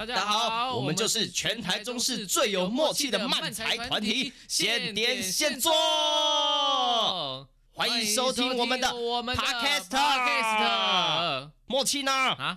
大家好，我们就是全台中市最有默契的漫才团体，现点现做，欢迎收听我们的 Podcast。默契呢？啊？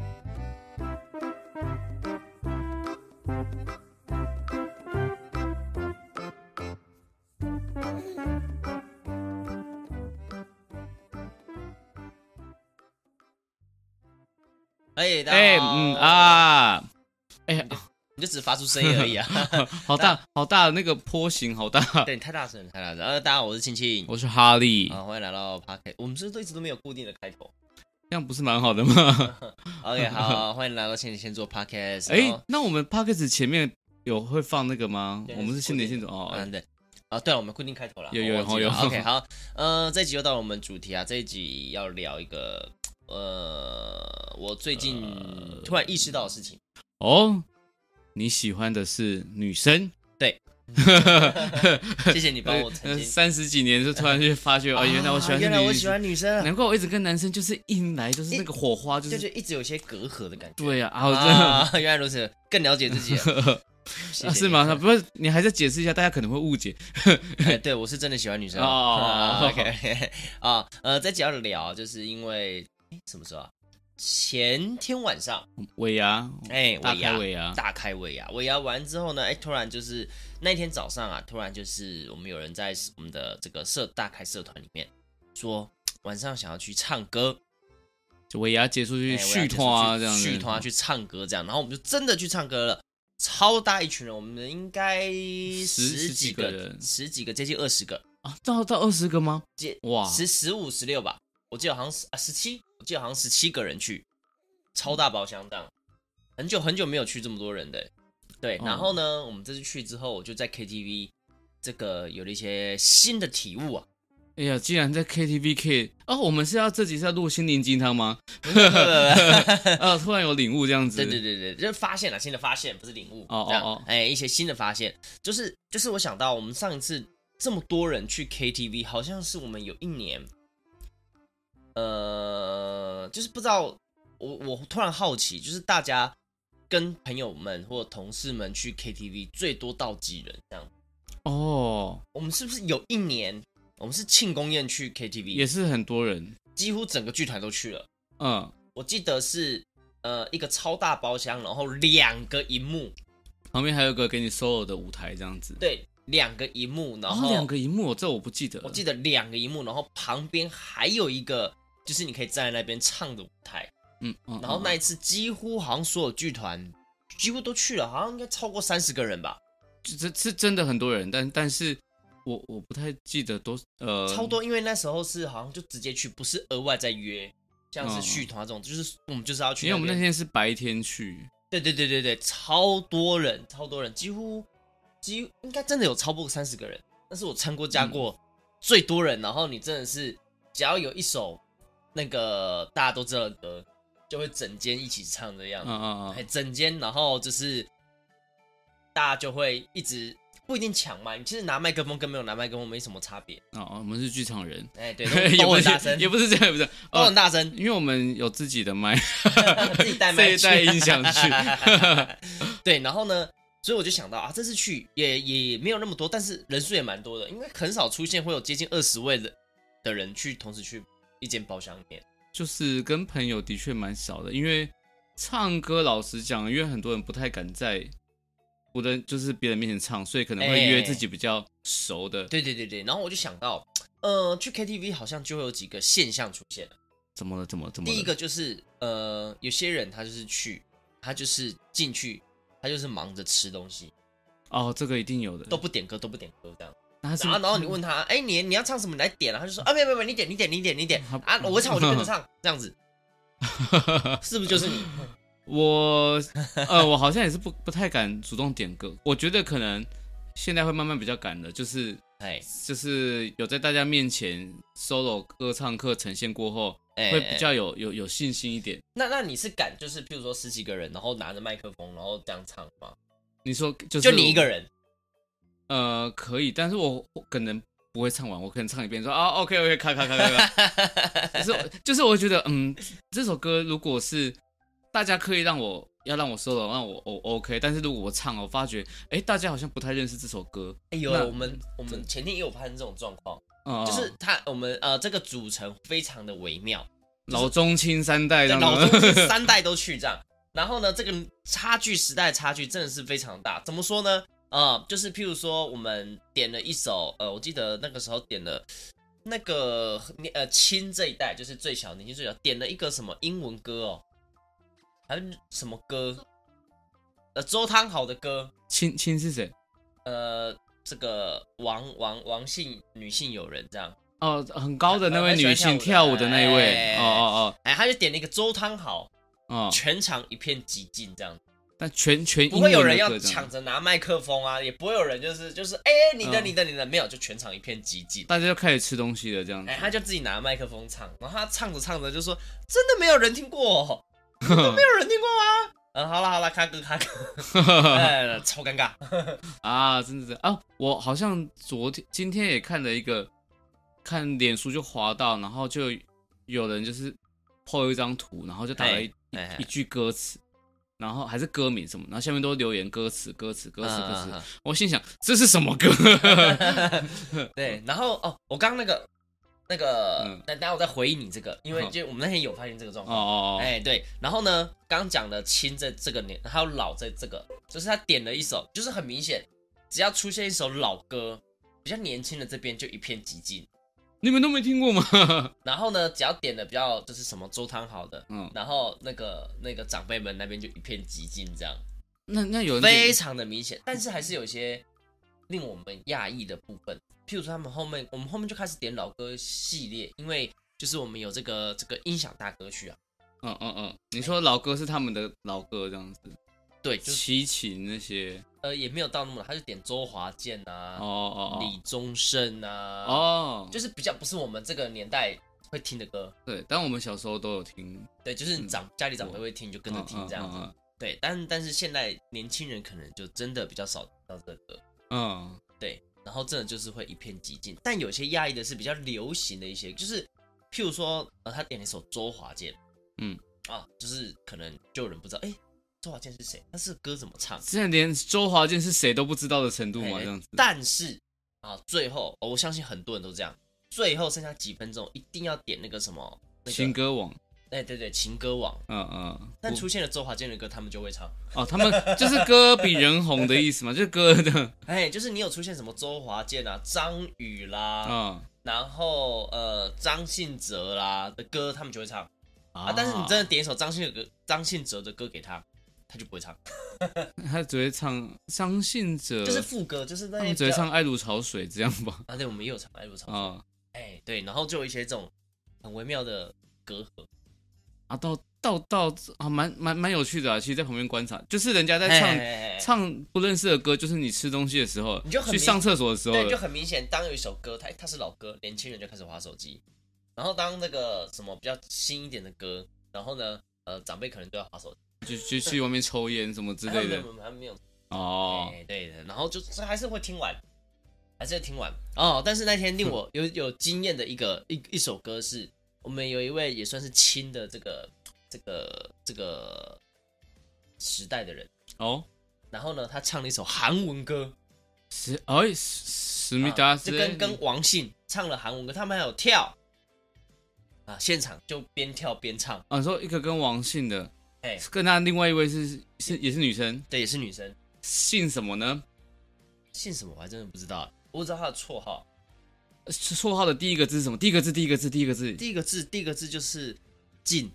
大家好。你就只发出声音而已啊！ 好大那个波形好大。 对，太大声。大家好，我是庆庆， 我是哈利。 欢迎来到 Podcast。我们是不是一直都没有固定的开头？ 这样不是蛮好的吗 ？OK， 好，欢迎来到现点现做 Podcast。 那我们 Podcast 前面会放那个吗？我们是现点现做对。对了，我们固定开头了。 有。 OK， 好，这一集又到了我们主题啊。这一集要聊一个我最近突然意识到的事情。 你喜欢的是女生？ 对。谢谢你帮我澄清。 30几年就突然就发觉原来我喜欢女生。 难怪我一直跟男生就是一来就是那个火花，就是一直有一些隔阂的感觉。 对呀， 原来如此，更了解自己了。 是吗？不是，你还在解释一下，大家可能会误解。 对，我是真的喜欢女生。OK 这集要聊，就是因为什么时候啊？前天晚上尾牙， 大开尾牙完之后呢，突然就是那天早上啊，突然就是我们有人在我们的这个大开社团里面说，晚上想要去唱歌， 就尾牙结束去续团这样， 续团去唱歌这样，然后我们就真的去唱歌了，超大一群人，我们应该十几个人，接近20个啊，到20个吗？ 哇，15、16吧，我记得好像17。我记得好像17个人去，超大包厢这样，很久没有去这么多人的，对。然后呢，我们这次去之后，我就在 KTV 这个有了一些新的体悟啊。 哎呀，既然在 KTV 我们这集是要录心灵鸡汤吗？突然有领悟这样子。 对，就是发现了新的发现，不是领悟。一些新的发现，就是我想到我们上一次这么多人去 KTV， 好像是我们有一年。就是不知道，我突然好奇，就是大家跟朋友们或同事们去 KTV 最多到几人这样？我们是不是有一年我们是庆功宴去 KTV， 也是很多人， 几乎整个剧团都去了。我记得是一个超大包厢，然后2个萤幕， 旁边还有个给你 solo 的舞台这样子。 对，2个萤幕，然后 2个萤幕，这我不记得了。 我记得2个萤幕，然后旁边还有一个。就是你可以站在那边唱的舞台，然后那一次几乎好像所有剧团几乎都去了，好像应该超过30个人吧， 这是真的很多人，但是我不太记得超多，因为那时候是好像就直接去，不是额外再约，像是续团这种，就是我们就是要去， 因为我们那天是白天去， 对，超多人，几乎应该真的有超过30个人，但是我参加过最多人，然后你真的是只要有一首。那个大家都知道的歌，就会整间一起唱的样子，整间，然后就是大家就会一直不一定抢麦，其实拿麦克风跟没有拿麦克风没什么差别。 我们是剧场人， 对，都很大声， 也不是这样，不是都很大声， 因为我们有自己的麦， 自己带麦去， 带音响去。 对，然后呢，所以我就想到啊，这次去也没有那么多，但是人数也蛮多的，因为很少出现会有接近20位的人同时去。一间包厢里面， 就是跟朋友的确蛮少的，因为唱歌老实讲，因为很多人不太敢在就是别人面前唱，所以可能会约自己比较熟的。 对，然后我就想到，去 KTV 好像就会有几个现象出现了。 怎么了？ 第一个就是有些人他就是进去，他就是忙着吃东西。 这个一定有的， 都不点歌这样。然后你问他，你要唱什么？你来点啊！他就说没有，你点啊！我会唱，我就跟着唱，这样子，是不是就是你？ 我好像也是不太敢主动点歌。我觉得可能现在会慢慢比较敢的，就是有在大家面前 solo 歌唱课呈现过后，会比较有信心一点。 那你是敢就是譬如说10几个人，然后拿着麦克风，然后这样唱吗？ 你说就你一个人？ 可以，但是我可能不会唱完，我可能唱一遍说OK，咔，就是我觉得这首歌如果是大家刻意让我要让我 solo， 让我 OK， 但是如果我唱，我发觉大家好像不太认识这首歌。 我们前天也有发生这种状况，就是我们这个组成非常的微妙， 老中青三代这样， 老中青三代都去这样。然后呢，这个时代差距真的是非常大。怎么说呢？就是譬如说，我们点了一首，我记得那个时候点了那个亲这一代，就是最小年纪最小，点了一个什么英文歌哦，还是什么歌？周汤豪的歌。 亲是谁？ 这个王姓女性友人这样。 很高的那位女性跳舞的那一位。 他就点了一个周汤豪。全场一片寂静这样， 但全不会有人要抢着拿麦克风啊，也不会有人就是你的没有，就全场一片寂静， 大家就开始吃东西了这样子。 他就自己拿麦克风唱，然后他唱着唱着就说：“真的没有人听过，都没有人听过吗？”好了，卡歌，超尴尬啊！真的是啊，我好像今天也看了一个，看脸书就滑到，然后就有人就是 po 一张图，然后就打了一句歌词，然后还是歌名什么，然后下面都留言歌词。我心想这是什么歌？ 对，然后我刚刚那个，等下我再回应你这个，因为就我们那天有发现这个状况。对，然后呢，刚刚讲的亲这个年，还有老这个，就是他点了一首，就是很明显，只要出现一首老歌，比较年轻的这边就一片寂静。 你们都没听过吗？ 然后呢，只要点的比较就是什么周汤豪的，然后那个长辈们那边就一片寂静，这样。 那有人非常的明显，但是还是有一些令我们讶异的部分，譬如说我们后面就开始点老歌系列，因为就是我们有这个音响大歌曲啊。 你说老歌是他们的老歌这样子？ 对，就是齐秦那些。 也没有到那么，他就点周华健啊，李宗盛啊，就是比较不是我们这个年代会听的歌。 对，但我们小时候都有听。 对，就是家里长辈会听，就跟着听这样子。对，但是现在年轻人可能就真的比较少听到这个歌。对，然后真的就是会一片寂静。但有些讶异的是比较流行的一些，就是譬如说，他点了一首周华健，就是可能就有人不知道，周华健是谁？他是歌怎么唱？ 现在连周华健是谁都不知道的程度吗？这样子。 但是最后我相信很多人都这样，最后剩下几分钟一定要点那个什么情歌王。 对，情歌王。但出现了周华健的歌，他们就会唱。 他们就是歌比人红的意思嘛，就是歌的。 就是你有出现什么周华健啊、张宇啦，然后张信哲啦的歌，他们就会唱。但是你真的点一首张信哲的歌给他。他就不会唱， 他只会唱张信哲， 就是副歌，就是那些只会唱《爱如潮水》这样吧。 对，我们也有唱《爱如潮水》。对，然后就有一些这种很微妙的隔阂。 到蛮有趣的啊。其实，在旁边观察，就是人家在唱不认识的歌，就是你吃东西的时候， 你就去上厕所的时候， 对，就很明显。当有一首歌，它是老歌，年轻人就开始滑手机。然后当那个什么比较新一点的歌，然后呢，长辈可能都要滑手机。 就去外面抽烟什么之类的。 还没有。 对的，然后就还是会听完，但是那天令我有惊艳的一首歌是，我们有一位也算是亲的这个时代的人然后呢，他唱了一首韩文歌， 思密达就跟王信唱了韩文歌，他们还有跳现场就边跳边唱。 你说一个跟王信的。跟他另外一位也是女生。 对，也是女生。 姓什么呢？ 姓什么我还真的不知道，我只知道他的绰号。 绰号的第一个字是什么？第一个字就是晋。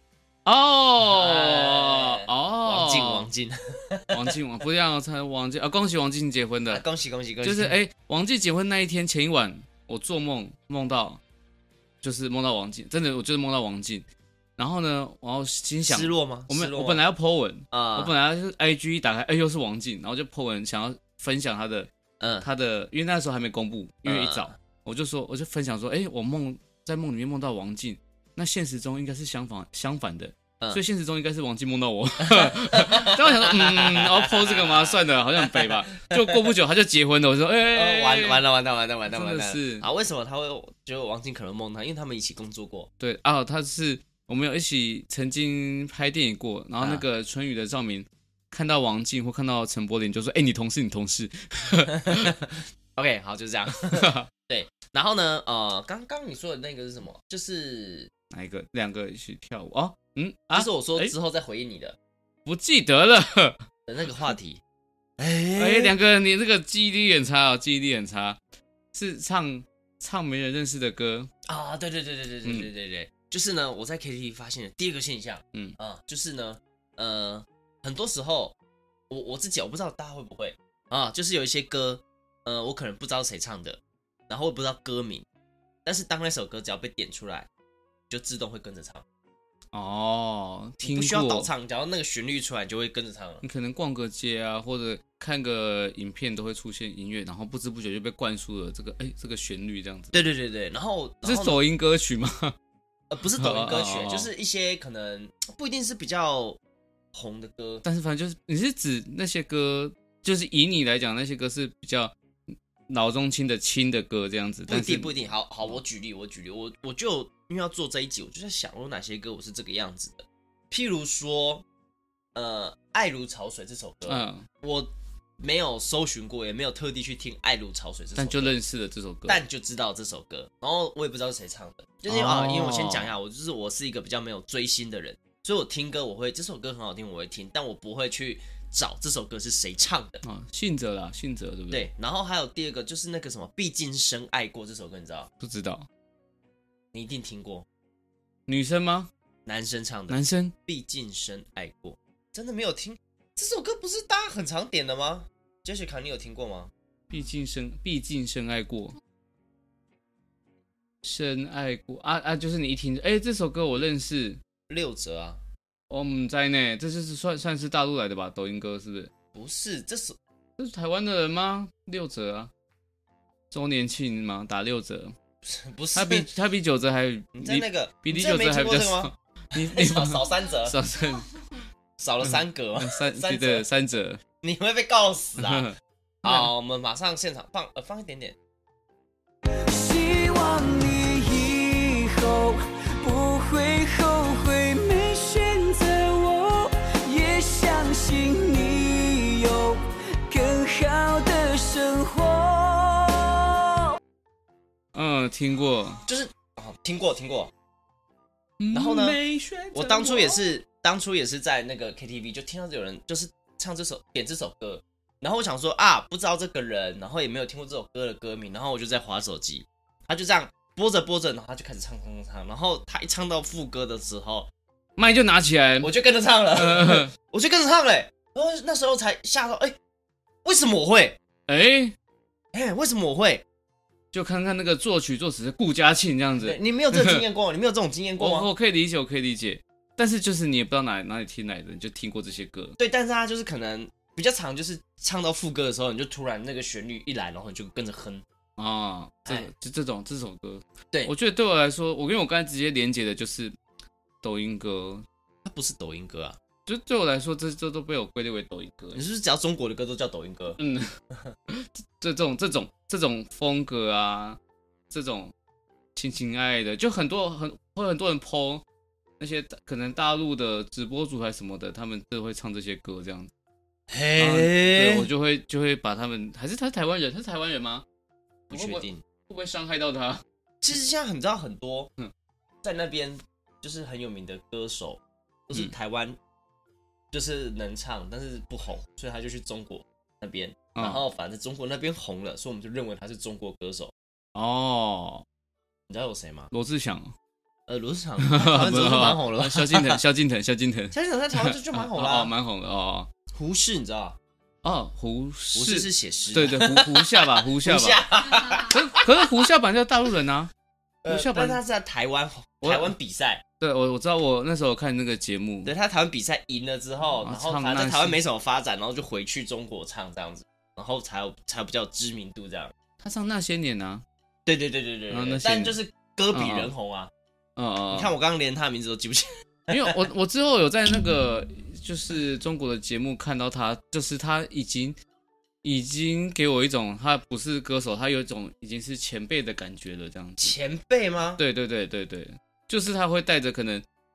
王静不一样，才王静恭喜王静结婚的。 恭喜！ 就是王静结婚那一天前一晚，我做梦到王静，真的我就是梦到王静。然后呢，我心想失落吗？ 我本来要 po 文我本来是 IG 一打开，又是王静，然后就 po 文想要分享他的，因为那时候还没公布，因为一早我就分享说，我在梦里面梦到王静，那现实中应该是相反的，所以现实中应该是王静梦到我。但我想说，然后 po 这个嘛，算了，好像很北吧。就过不久他就结婚了，我说， 完了， 真的是为什么他会觉得王静可能梦他？因为他们一起工作过。 对他是。我们有一起曾经拍电影过，然后那个春雨的照明看到王静或看到陈柏霖就说：“你同事，你同事。 OK， 好，就这样。对，然后呢，刚刚你说的那个是什么？就是哪一个？2个一起跳舞哦？ 就是我说之后再回应你的， 不记得了的那个话题。 2个你这个记忆力很差哦，记忆力很差，是唱没人认识的歌啊？对，就是呢，我在 KTV 发现的第二个现象，就是呢，很多时候我自己我不知道大家会不会啊，就是有一些歌，我可能不知道谁唱的，然后我不知道歌名，但是当那首歌只要被点出来，就自动会跟着唱。 哦，听过， 不需要倒唱，只要那个旋律出来，就会跟着唱了。 你可能逛个街啊，或者看个影片都会出现音乐，然后不知不觉就被灌输了这个旋律这样子。 对，然后是抖音歌曲吗？ 不是抖音歌曲，就是一些可能不一定是比较红的歌， 但是反正就是你是指那些歌，就是以你来讲，那些歌是比较老中青的歌这样子。 不一定。好，我举例，我就因为要做这一集，我就在想有哪些歌我是这个样子的。譬如说，爱如潮水这首歌，我没有搜寻过，也没有特地去听爱如潮水这首歌， 但就认识了这首歌， 但就知道这首歌，然后我也不知道是谁唱的，就是因为我先讲一下，我是一个比较没有追星的人，所以我听歌我会这首歌很好听我会听，但我不会去找这首歌是谁唱的。 信哲对不对？ 对，然后还有第二个就是那个什么毕竟深爱过这首歌，你知道？ 不知道， 你一定听过。女生吗？ 男生唱的。 男生。 毕竟深爱过，真的没有听这首歌，不是大家很常点的吗？Jessica，你有听过吗？ 毕竟深爱过，深爱过就是你一听，这首歌我认识， 六折啊。 我不知道呢，这就是算是大陆来的吧？抖音歌是不是？ 不是，这是台湾的人吗？六折啊，周年庆吗？打6折， 不是， 他比9折还， 你在那个比9折还比较少， 你少3折，少了3格吗 ？3折， 你会被告死啊！好，我们马上现场放一点点。希望你以后不会后悔没选择我，也相信你有更好的生活。 听过， 就是听过。然后呢，我当初也是在那个 KTV 就听到有人就是点这首歌，然后我想说不知道这个人，然后也没有听过这首歌的歌名，然后我就在滑手机，他就这样播着，然后他就开始唱，然后他一唱到副歌的时候， 麦就拿起来， 我就跟着唱了，我就跟着唱了，然后那时候才吓到，为什么我会？为什么我会？ 就看看那个作曲作词是顾嘉庆这样子， 你没有这个经验过吗？你没有这种经验过吗？ 我可以理解，但是就是你也不知道哪里听来的，你就听过这些歌。 对，但是他就是可能比较常，就是唱到副歌的时候，你就突然那个旋律一来，然后你就跟着哼这首歌。 对， 我觉得对我来说，因为我刚才直接连接的就是抖音歌， 它不是抖音歌啊。 就对我来说，这都被我归类为抖音歌。 你是不是只要中国的歌都叫抖音歌？ 这种风格啊，这种情爱的，就会很多人 po 那些可能大陆的直播主还是什么的，他们都会唱这些歌这样子。对，我就会把他们，还是他是台湾人？他是台湾人吗？ 不确定， 会不会伤害到他？ 其实现在你知道很多，在那边就是很有名的歌手，都是台湾。就是能唱，但是不红，所以他就去中国那边，然后反正中国那边红了，所以我们就认为他是中国歌手。你知道有谁吗？ 罗志祥。 罗志祥台湾就蛮红了吧？ 萧敬腾在台湾就蛮红了。 蛮红的胡适你知道？ 胡适是写诗。 对，胡夏吧。可是胡夏版叫大陆人啊。 但他是在台湾比赛。 对，我知道，我那时候看那个节目， 对他台湾比赛赢了之后，然后反正在台湾没什么发展，然后就回去中国唱这样子，然后才有比较知名度这样。 他唱那些年啊， 对，但就是歌比人红啊。你看我刚刚连他的名字都记不起来， 因为我之后有在那个就是中国的节目看到他，就是他已经给我一种他不是歌手，他有一种已经是前辈的感觉了这样子。 前辈吗？ 对，就是他会带着可能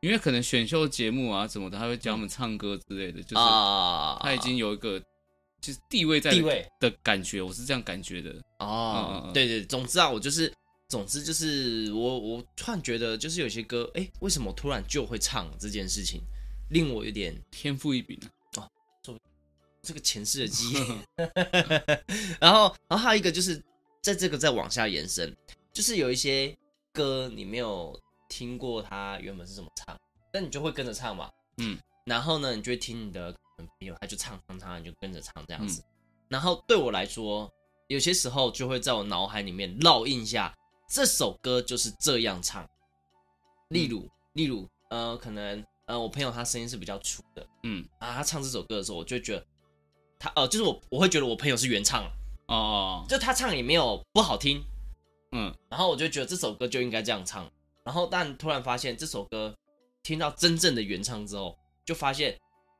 因为可能选秀节目啊什么的，他会教他们唱歌之类的，就是他已经有一个就是地位在的感觉，我是这样感觉的。 对对，总之啊，总之就是我突然觉得，就是有些歌，为什么突然就会唱这件事情，令我有点天赋异禀啊。这个前世的基因。然后还有一个就是在这个再往下延伸，就是有一些歌你没有听过它原本是怎么唱，但你就会跟着唱嘛。然后呢，你就会听你的朋友他就唱，你就跟着唱这样子。然后对我来说，有些时候就会在我脑海里面烙印下这首歌就是这样唱。例如可能我朋友他声音是比较粗的，他唱这首歌的时候，我就会觉得他就是我会觉得我朋友是原唱就他唱也没有不好听，然后我就觉得这首歌就应该这样唱。然后但突然发现这首歌听到真正的原唱之后，就发现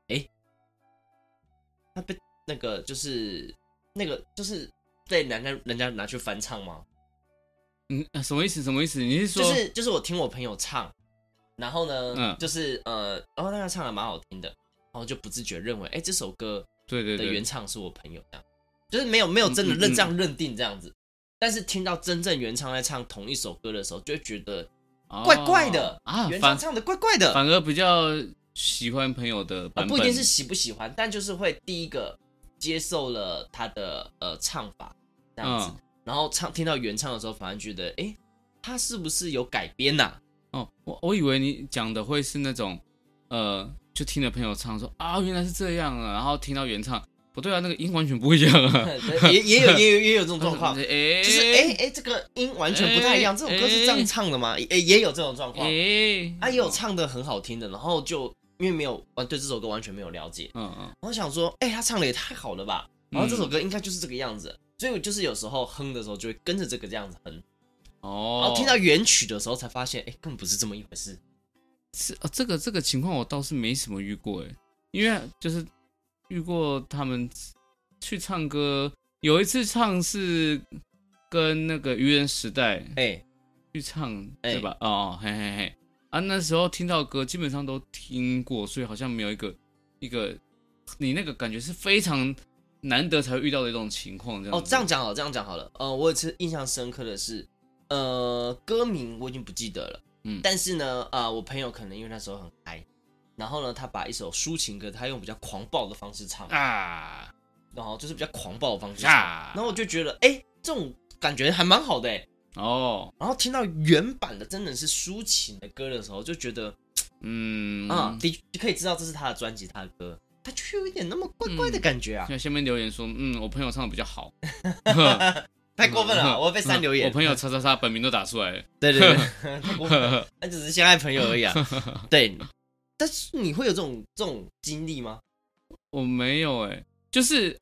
他被那个就是被人家拿去翻唱吗？ 什么意思？什么意思？你是说就是我听我朋友唱，然后呢，就是然后他唱的蛮好听的，然后就不自觉认为，这首歌的原唱是我朋友这样，就是没有真的这样认定这样子，但是听到真正原唱在唱同一首歌的时候，就会觉得怪怪的原唱唱的怪怪的， 反而比较喜欢朋友的版本， 不一定是喜不喜欢，但就是会第一个接受了他的唱法这样子。然后听到原唱的时候，反而觉得，他是不是有改编呐？ 我以为你讲的会是那种，就听了朋友唱说原来是这样啊，然后听到原唱，不对啊，那个音完全不一样啊。 也有这种状况，就是这个音完全不太一样，这首歌是这样唱的吗？也有这种状况，也有唱的很好听的，然后就因为没有对这首歌完全没有了解，我想说，他唱的也太好了吧，然后这首歌应该就是这个样子。所以我就是有时候哼的时候就会跟着这个样子哼，然后听到原曲的时候才发现，根本不是这么一回事。 是这个情况我倒是没什么遇过因为就是遇过他们去唱歌，有一次唱是跟那个愚人时代去唱对吧？嘿那时候听到歌基本上都听过，所以好像没有一个你那个感觉是非常难得才会遇到的一种情况，这样这样讲好了。我有一次印象深刻的是，歌名我已经不记得了，但是呢，我朋友可能因为那时候很嗨，然后呢，他把一首抒情歌，他用比较狂暴的方式唱然后就是比较狂暴的方式唱，然后我就觉得，这种感觉还蛮好的然后听到原版的真的是抒情的歌的时候，就觉得，可以知道这是他的专辑，他的歌。他就有一点那么怪怪的感觉啊！ 像下面留言说，我朋友唱的比较好， 太过分了，我会被删留言。 我朋友叉本名都打出来了， 对，太过分了，那只是相爱朋友而已啊。对，但是你会有这种经历吗？ 我没有就是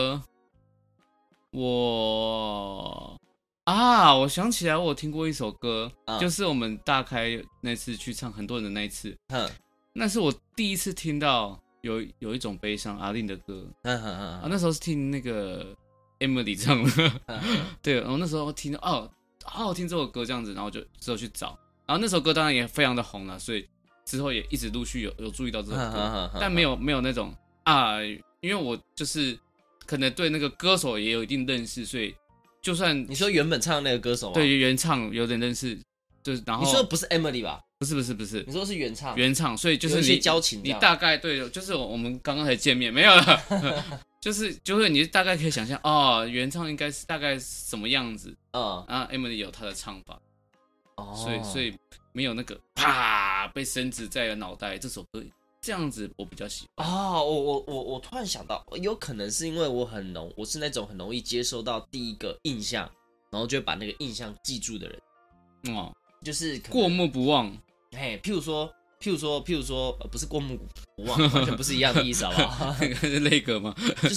我想起来，我有听过一首歌，就是我们大开那次去唱很多人的那一次，那是我第一次听到。有一种悲伤，阿令的歌，那时候是听那个 Emily 唱的，对，然后那时候听到好好听这首歌这样子，然后就之后去找，然后那首歌当然也非常的红了，所以之后也一直陆续有注意到这首歌，但没有那种因为我就是可能对那个歌手也有一定认识，所以就算你说原本唱的那个歌手吗？ 对，原唱有点认识，就是然后你说的不是 Emily 吧？ 不是，你说是原唱， 所以就是有一些交情， 你大概对，就是我们刚刚才见面，没有了，就是你大概可以想象原唱应该是大概什么样子，Emily 有她的唱法，所以没有那个被深植在了脑袋这首歌这样子，我比较喜欢我突然想到，有可能是因为我是那种很容易接受到第一个印象，然后就会把那个印象记住的人，就是过目不忘。 譬如说，不是过目不忘，完全不是一样的意思，好不好？ 那个是那个吗？ 就是，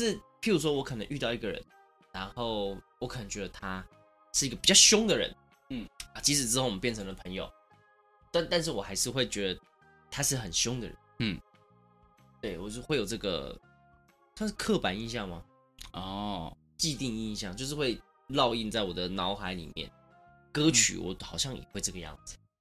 譬如说，我可能遇到一个人，然后我可能觉得他是一个比较凶的人，即使之后我们变成了朋友，但是我还是会觉得他是很凶的人，对我就会有这个，算是刻板印象吗？既定印象就是会烙印在我的脑海里面。歌曲我好像也会这个样子，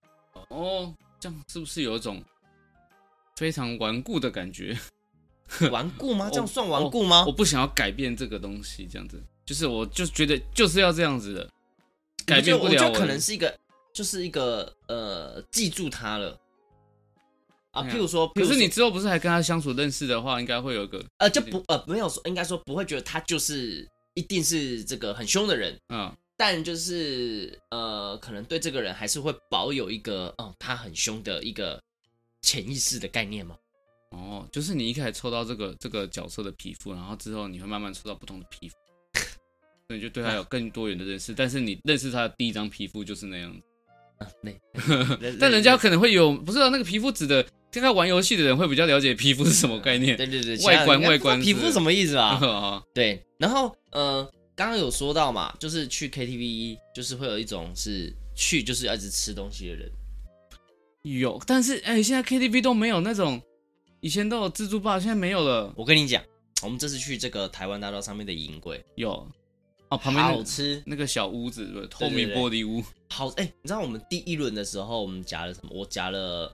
哦，这样是不是有一种非常顽固的感觉？ 顽固吗？这样算顽固吗？ 我不想要改变这个东西，这样子，就是我就觉得就是要这样子的，改变不了。 我觉得可能是一个，就是一个记住他了啊。譬如说， 可是你之后不是还跟他相处认识的话，应该会有一个就不没有说，应该说不会觉得他就是一定是这个很凶的人，但就是可能对这个人还是会保有一个他很凶的一个潜意识的概念嘛。 哦，就是你一开始抽到这个角色的皮肤，然后之后你会慢慢抽到不同的皮肤，所以就对他有更多元的认识。但是你认识他的第一张皮肤就是那样子。但人家可能会有不知道那个皮肤指的，刚刚玩游戏的人会比较了解皮肤是什么概念。 对， 外观皮肤什么意思啊？对，然后刚刚有说到嘛，就是去 KTV 就是会有一种是去就是要一直吃东西的人。 有，但是现在 KTV 都没有那种，以前都有自助吧，现在没有了。 我跟你讲，我们这次去这个台湾大道上面的银柜有。旁边好吃那个小屋子，透明玻璃屋， 好你知道我们第一轮的时候，我们夹了什么？我夹了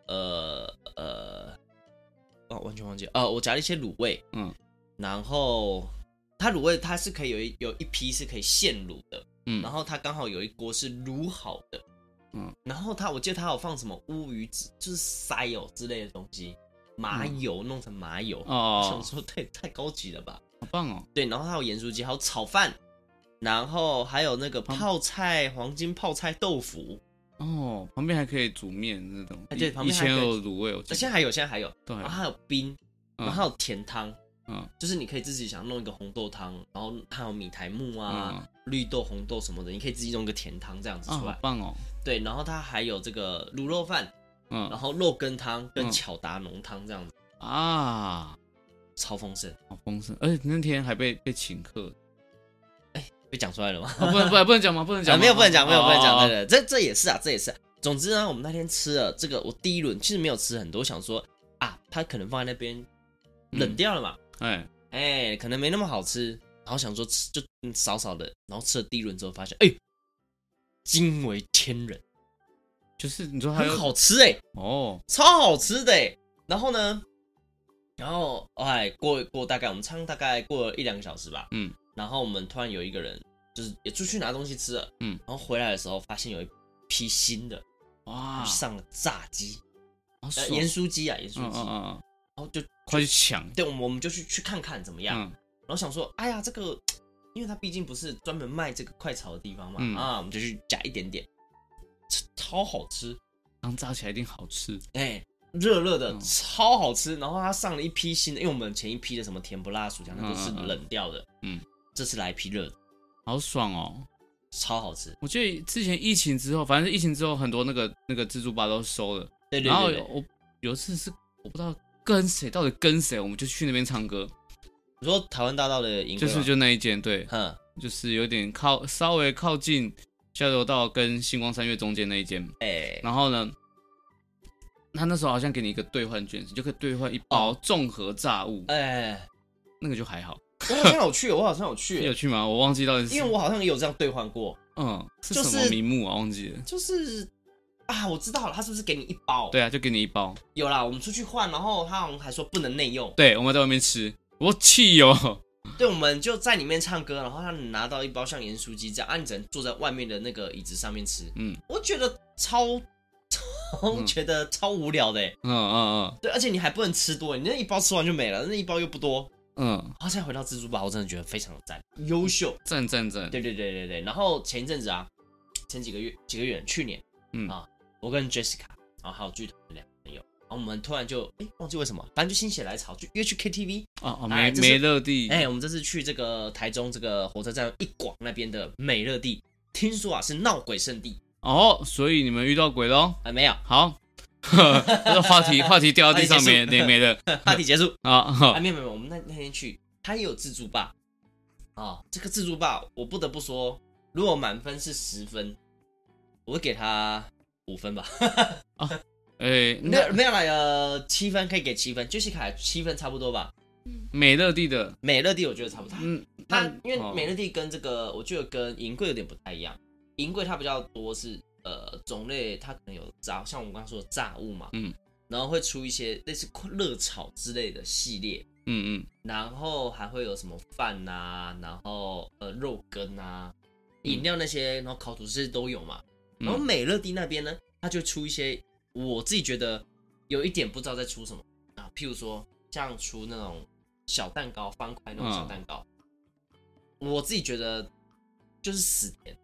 完全忘记我夹了一些卤味，然后它卤味它是可以有一批是可以现卤的，然后它刚好有一锅是卤好的，然后我记得它有放什么乌鱼子，就是塞之类的东西，麻油弄成麻油，我想说太高级了吧， 好棒哦， 对，然后还有盐酥鸡，还有炒饭。然后还有那个黄金泡菜豆腐旁边还可以煮面那种。 对，旁边还以前有卤味， 现在还有， 对， 然后还有冰，然后还有甜汤，就是你可以自己想弄一个红豆汤，然后还有米苔目啊、绿豆、红豆什么的，你可以自己弄一个甜汤这样子出来， 好棒哦。 对，然后它还有这个卤肉饭，然后肉羹汤跟巧达浓汤这样子超丰盛， 好丰盛，而且那天还被请客。 被讲出来了吗？ 不能讲吗？不能讲， 没有不能讲，对，这也是啊。总之呢，我们那天吃了这个，我第一轮其实没有吃很多，想说它可能放在那边冷掉了嘛，可能没那么好吃，然后想说吃就少少的，然后吃了第一轮之后发现，惊为天人， 就是你说它很好吃超好吃的然后呢，过大概我们唱大概过了1-2个小时吧，然后我们突然有一个人就是也出去拿东西吃了，然后回来的时候发现有一批新的，上了炸鸡，盐酥鸡，然后就快去抢， 对，我们就去看看怎么样，然后想说，哎呀，这个因为它毕竟不是专门卖这个快炒的地方嘛，我们就去夹一点点，超好吃， 刚炸起来一定好吃， 热热的，超好吃。然后它上了一批新的，因为我们前一批的什么甜不辣薯条那都是冷掉的，这次来一批热的， 好爽哦， 超好吃。 我记得之前疫情之后，反正疫情之后很多那个自助吧都收了， 对。 然后我有一次是我不知道到底跟谁，我们就去那边唱歌。 你说台湾大道的银柜就那一间，对，就是有点稍微靠近交流道跟星光三月中间那一间，然后呢，他那时候好像给你一个兑换券，你就可以兑换一包综合炸物，那个就还好。 我好像有去， 你有去吗？我忘记到底是， 因为我好像也有这样兑换过， 是什么名目啊？忘记了， 就是我知道了，他是不是给你一包？ 对啊，就给你一包。 有啦，我们出去换，然后他好像还说不能内用， 对，我们在外面吃，我气哦。 对，我们就在里面唱歌，然后他拿到一包像盐酥鸡这样，你只能坐在外面的那个椅子上面吃，我觉得觉得超无聊的，对，而且你还不能吃多，你那一包吃完就没了，那一包又不多，然后现在回到自助吧，我真的觉得非常的赞，优秀， 赞， 对，然后前一阵子前几个月，去年，我跟 Jessica， 然后还有剧团的2个朋友，然后我们突然就忘记为什么，反正就心血来潮，就约去 KTV， 美乐蒂， 我们这次去这个台中这个火车站一广那边的美乐蒂，听说是闹鬼圣地。 所以你们遇到鬼咯？ 没有。 好，话题掉到地上没了， 话题结束。没有，我们那天去，他也有自助吧？这个自助吧，我不得不说，如果满分是10分，我会给他5分吧。没有啦，7分可以给7分，Jessica 7分差不多吧。 美乐蒂我觉得差不多。因为美乐蒂跟这个，我觉得跟银柜有点不太一样。银柜它比较多是种类，它可能有炸，像我们刚刚说的炸物嘛， 嗯， 然后会出一些类似热炒之类的系列，然后还会有什么饭啊，然后肉羹啊，饮料那些，然后烤吐司都有嘛。然后美乐蒂那边呢，它就出一些我自己觉得有一点不知道在出什么啊，譬如说像出那种小蛋糕，方块那种小蛋糕，我自己觉得就是死甜。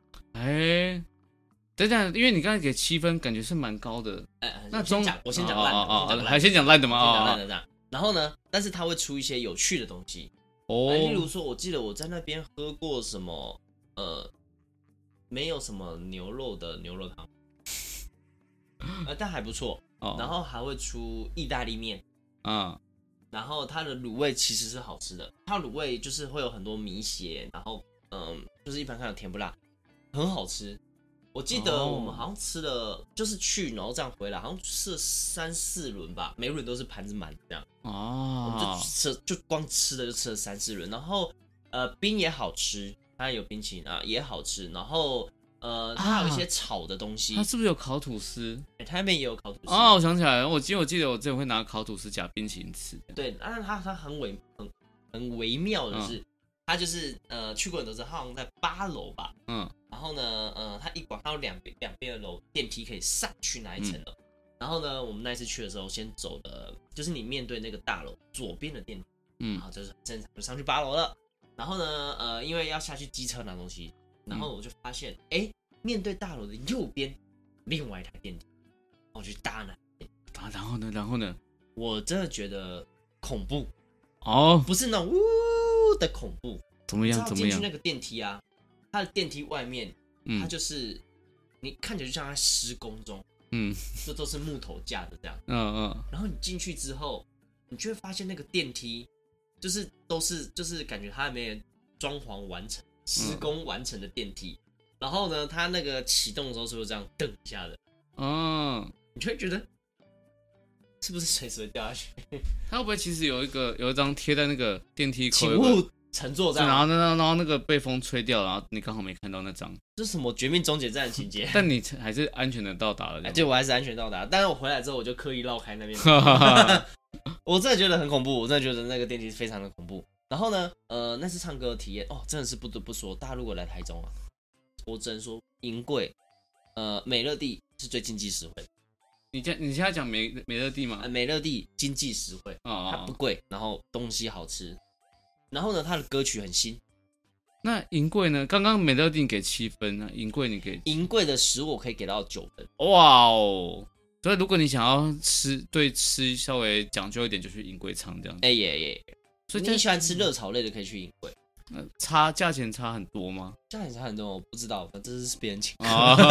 等等，因为你刚才给7分，感觉是蛮高的。 那我先讲烂的， 还先讲烂的吗？ 先讲烂的这样。然后呢，但是它会出一些有趣的东西。例如说，我记得我在那边喝过什么没有什么牛肉的牛肉汤，但还不错。然后还会出意大利面，然后它的卤味其实是好吃的，它的卤味就是会有很多米血，然后就是一般看有甜不辣，很好吃。我记得我们好像吃了，就是去然后这样回来，好像吃了3、4轮吧，每轮都是盘子满这样。我们就光吃的就吃了3、4轮，然后冰也好吃，它有冰淇淋啊也好吃，然后它还有一些炒的东西。 它是不是有烤吐司？ 它那边也有烤吐司。 我想起来了，我记得我之前会拿烤吐司夹冰淇淋吃。 对，但是它很微妙的是，它就是去过很多次，它好像在8楼吧。然后呢，它一馆它有两边的楼电梯可以上去那一层楼。然后呢，我们那一次去的时候，先走的就是你面对那个大楼左边的电梯，然后就是正常就上去8楼了。然后呢，因为要下去机车拿东西，然后我就发现，面对大楼的右边另外一台电梯，我去搭那电梯。 然后呢， 我真的觉得恐怖不是那种呜的恐怖。 怎么样？ 进去那个电梯啊，它的电梯外面，它就是你看起来就像在施工中，这都是木头架的这样，然后你进去之后，你就会发现那个电梯就是感觉它还没有装潢完成、施工完成的电梯，然后呢，它那个启动的时候是不是这样蹬一下的？你就会觉得是不是随时会掉下去？ 它会不会其实有一张贴在那个电梯口？ 请勿乘坐这样， 然后那个被风吹掉，然后你刚好没看到那张， 这是什么绝命终结站的情节？ 但你还是安全的到达了。 对，我还是安全到达，但是我回来之后我就刻意绕开那边。我真的觉得很恐怖，我真的觉得那个电梯非常的恐怖。然后呢，那次唱歌的体验真的是不得不说，大家如果来台中啊，我只能说银贵，美乐蒂是最经济实惠。 你现在讲美乐蒂吗？ 美乐蒂经济实惠，它不贵，然后东西好吃。然后呢，他的歌曲很新。 那银贵呢？刚刚美乐蒂给7分，那银贵你给银贵的食物我可以给到9分。 哇哦！所以如果你想要对吃稍微讲究一点，就去银贵唱这样子。所以你喜欢吃热炒类的，可以去银贵。 价钱差很多吗？ 价钱差很多，我不知道，这是别人请。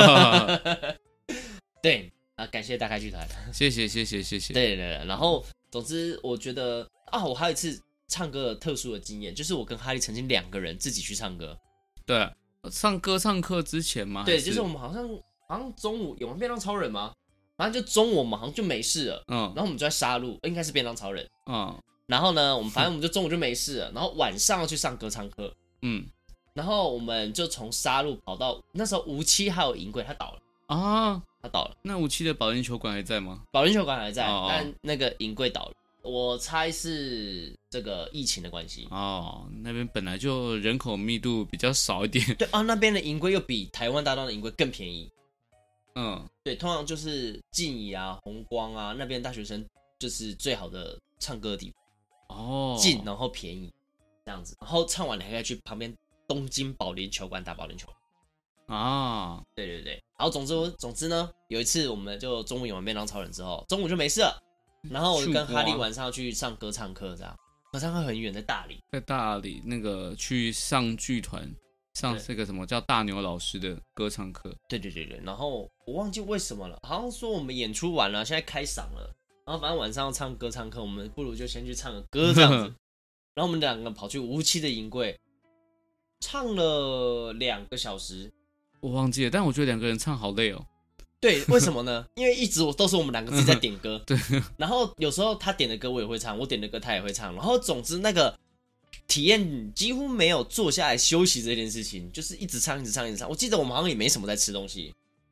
对啊，感谢大开剧团， 谢谢。 对，然后总之我觉得我还有一次唱歌的特殊的经验，就是我跟哈利曾经2个人自己去唱歌。 对，上歌唱课之前吗？ 对，就是我们好像中午有玩便当超人吗？反正就中午我们好像就没事了，然后我们就在杀戮，应该是便当超人，然后呢，反正我们就中午就没事了，然后晚上要去上歌唱课，然后我们就从杀戮跑到那时候57还有银贵，他倒了他倒了。 那57的保龄球馆还在吗？ 保龄球馆还在，但那个银贵倒了。我猜是这个疫情的关系那边本来就人口密度比较少一点。 对那边的银龟又比台湾大道的银龟更便宜。对，通常就是静宜啊、弘光啊那边大学生就是最好的唱歌的地方。近然后便宜这样子，然后唱完你还可以去旁边东京保龄球馆打保龄球。对，然后总之呢，有一次我们就中午演完便当超人之后，中午就没事了。然后我就跟哈利晚上去上歌唱课，这样歌唱课很远，在大理那个去上剧团上这个什么叫大牛老师的歌唱课。 对，然后我忘记为什么了，好像说我们演出完了，现在开嗓了，然后反正晚上要唱歌唱课，我们不如就先去唱个歌这样子。然后我们2个跑去57的银柜，唱了2个小时。 我忘记了，但我觉得2个人唱好累哦。 对，为什么呢？因为一直都是我们2个自己在点歌，对。然后有时候他点的歌我也会唱，我点的歌他也会唱，然后总之那个体验几乎没有坐下来休息这件事情，就是一直唱。我记得我们好像也没什么在吃东西，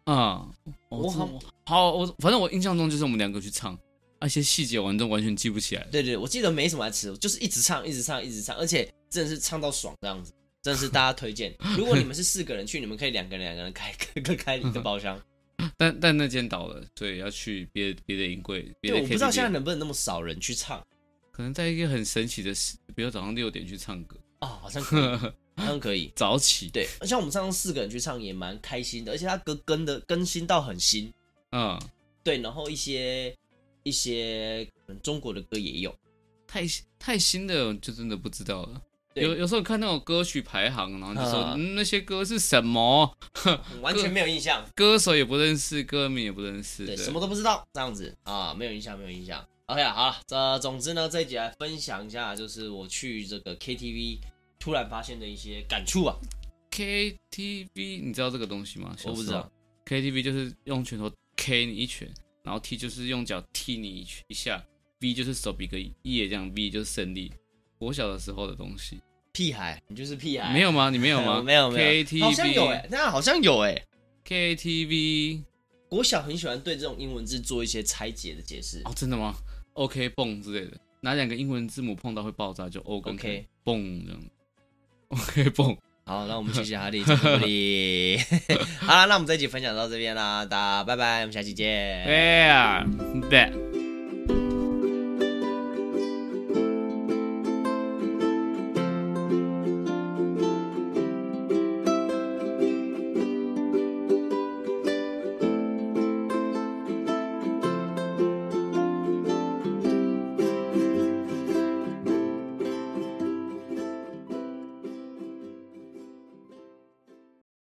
啊， 我反正我印象中就是我们2个去唱，一些细节完全记不起来。 对，我记得没什么来吃，就是一直唱，而且真的是唱到爽这样子，真的是大家推荐。如果你们是4个人去，你们可以2个人开一个包厢。 但那间倒了，所以要去别的营柜。 对，我不知道现在能不能那么少人去唱， 可能在一个很神奇的时，比如早上6点去唱歌好像可以。好像可以早起。 对，像我们上次4个人去唱也蛮开心的，而且他歌更新到很新。对，然后一些可能中国的歌也有， 太新的就真的不知道了。有时候看那种歌曲排行，然后就说那些歌是什么， 完全没有印象， 歌手也不认识，歌名也不认识， 对，什么都不知道这样子没有印象。OK 好了，总之呢，这一集来分享一下，就是我去这个 KTV 突然发现的一些感触啊。 KTV 你知道这个东西吗？ 我不知道。 KTV 就是用拳头 K 你一拳，然后 T 就是用脚踢你一下，V 就是手比个耶这样 ，V 就是胜利。我小的时候的东西。 屁孩，你就是屁孩。 没有吗？你没有吗？ 没有。 KTV 好像有那好像有 KTV 国小很喜欢对这种英文字做一些拆解的解释。 真的吗 ？OK 蹦之类的，哪2个英文字母碰到会爆炸就 O 跟 K 蹦这样。OK 蹦。 好，那我们谢谢哈利，好了，那我们这一集分享到这边啦，大家拜拜，我们下期见。 Yeah.